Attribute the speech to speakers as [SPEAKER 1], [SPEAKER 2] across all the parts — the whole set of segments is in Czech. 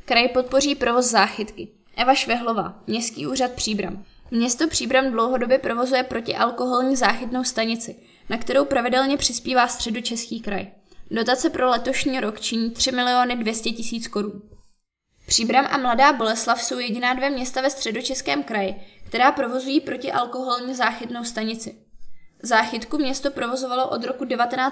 [SPEAKER 1] Kraj podpoří provoz záchytky. Eva Švehlová, Městský úřad Příbram. Město Příbram dlouhodobě provozuje protialkoholní záchytnou stanici, na kterou pravidelně přispívá Středočeský kraj. Dotace pro letošní rok činí 3 200 000 korun. Příbram a Mladá Boleslav jsou jediná 2 města ve Středočeském kraji, která provozují protialkoholní záchytnou stanici. Záchytku město provozovalo od roku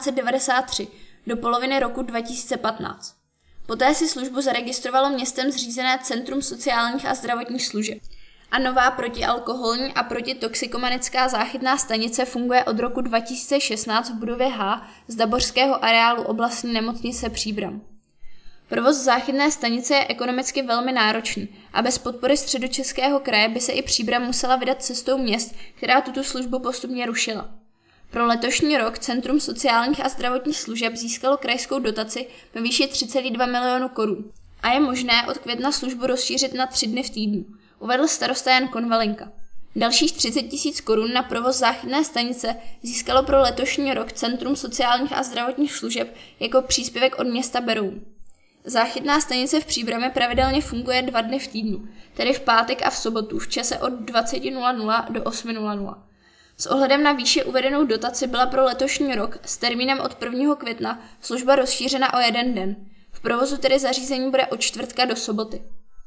[SPEAKER 1] 1993 do poloviny roku 2015. Poté si službu zaregistrovalo městem zřízené Centrum sociálních a zdravotních služeb. A nová protialkoholní a protitoxikomanická záchytná stanice funguje od roku 2016 v budově H z Dabořského areálu oblastní nemocnice Příbram. Provoz záchytné stanice je ekonomicky velmi náročný a bez podpory Středočeského kraje by se i Příbram musela vydat cestou měst, která tuto službu postupně rušila. Pro letošní rok Centrum sociálních a zdravotních služeb získalo krajskou dotaci ve výši 3,2 milionu korun a je možné od května službu rozšířit na 3 dny v týdnu, uvedl starosta Jan Konvalinka. Dalších 30 000 korun na provoz záchytné stanice získalo pro letošní rok Centrum sociálních a zdravotních služeb jako příspěvek od města Beroun. Záchytná stanice v Příbrami pravidelně funguje 2 dny v týdnu, tedy v pátek a v sobotu v čase od 20:00 do 8:00. S ohledem na výše uvedenou dotaci byla pro letošní rok s termínem od 1. května služba rozšířena o 1 den. V provozu tedy zařízení bude od čtvrtka do soboty.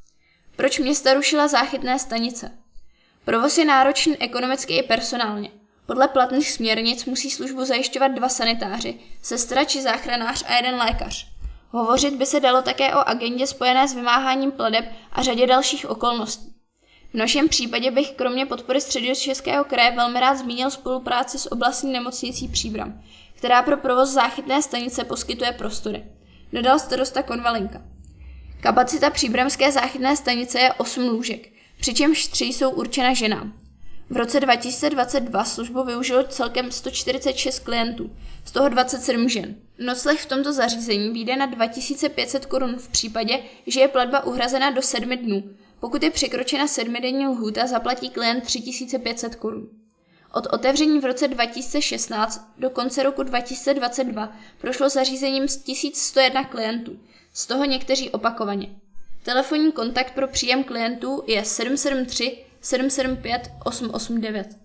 [SPEAKER 1] Proč města rušila záchytné stanice? Provoz je náročný ekonomicky i personálně. Podle platných směrnic musí službu zajišťovat 2 sanitáři, sestra či záchranář a 1 lékař. Hovořit by se dalo také o agendě spojené s vymáháním plateb a řadě dalších okolností. V našem případě bych kromě podpory Středočeského kraje velmi rád zmínil spolupráci s oblastní nemocnicí Příbram, která pro provoz záchytné stanice poskytuje prostory, dodal starosta Konvalinka. Kapacita příbramské záchytné stanice je 8 lůžek, přičemž 3 jsou určena ženám. V roce 2022 službu využilo celkem 146 klientů, z toho 27 žen. Nocleh v tomto zařízení vyjde na 2500 korun v případě, že je platba uhrazena do 7 dnů. Pokud je překročena 7denní lhůta, zaplatí klient 3500 korun. Od otevření v roce 2016 do konce roku 2022 prošlo zařízením 1101 klientů, z toho někteří opakovaně. Telefonní kontakt pro příjem klientů je 773 775 889.